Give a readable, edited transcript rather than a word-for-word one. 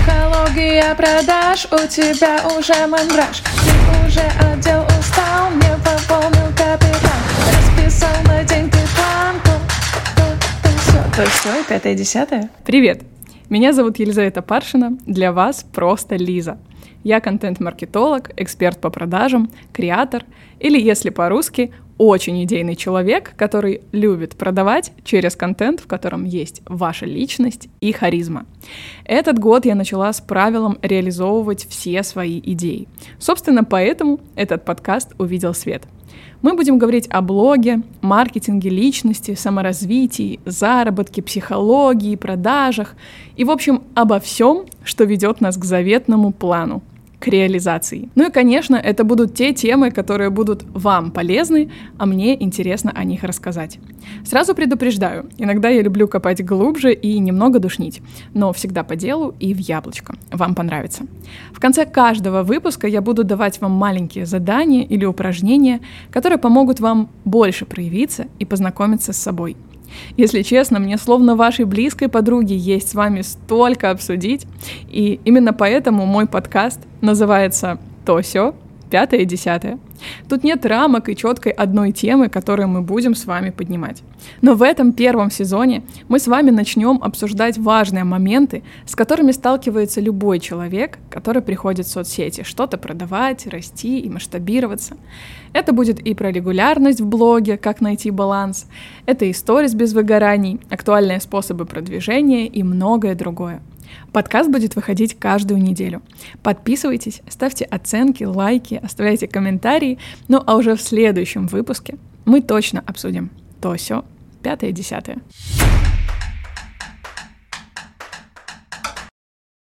Психология продаж, у тебя уже мандраж. Ты уже отдел устал, не пополнил капитал. Расписал на день ты план, то все, 5-10. Привет! Меня зовут Елизавета Паршина, для вас просто Лиза. Я контент-маркетолог, эксперт по продажам, креатор, или, если по-русски, очень идейный человек, который любит продавать через контент, в котором есть ваша личность и харизма. Этот год я начала с правилом реализовывать все свои идеи. Собственно, поэтому этот подкаст увидел свет. Мы будем говорить о блоге, маркетинге личности, саморазвитии, заработке, психологии, продажах и, в общем, обо всем, что ведет нас к заветному плану, к реализации. Ну и, конечно, это будут те темы, которые будут вам полезны, а мне интересно о них рассказать. Сразу предупреждаю, иногда я люблю копать глубже и немного душнить, но всегда по делу и в яблочко. Вам понравится. В конце каждого выпуска я буду давать вам маленькие задания или упражнения, которые помогут вам больше проявиться и познакомиться с собой. Если честно, мне словно вашей близкой подруге есть с вами столько обсудить, и именно поэтому мой подкаст называется «То-сё, 5-10». Тут нет рамок и четкой одной темы, которую мы будем с вами поднимать. Но в этом первом сезоне мы с вами начнем обсуждать важные моменты, с которыми сталкивается любой человек, который приходит в соцсети, что-то продавать, расти и масштабироваться. Это будет и про регулярность в блоге, как найти баланс, это и сторис без выгораний, актуальные способы продвижения и многое другое. Подкаст будет выходить каждую неделю. Подписывайтесь, ставьте оценки, лайки, оставляйте комментарии. Ну а уже в следующем выпуске мы точно обсудим то-сё, 5-10.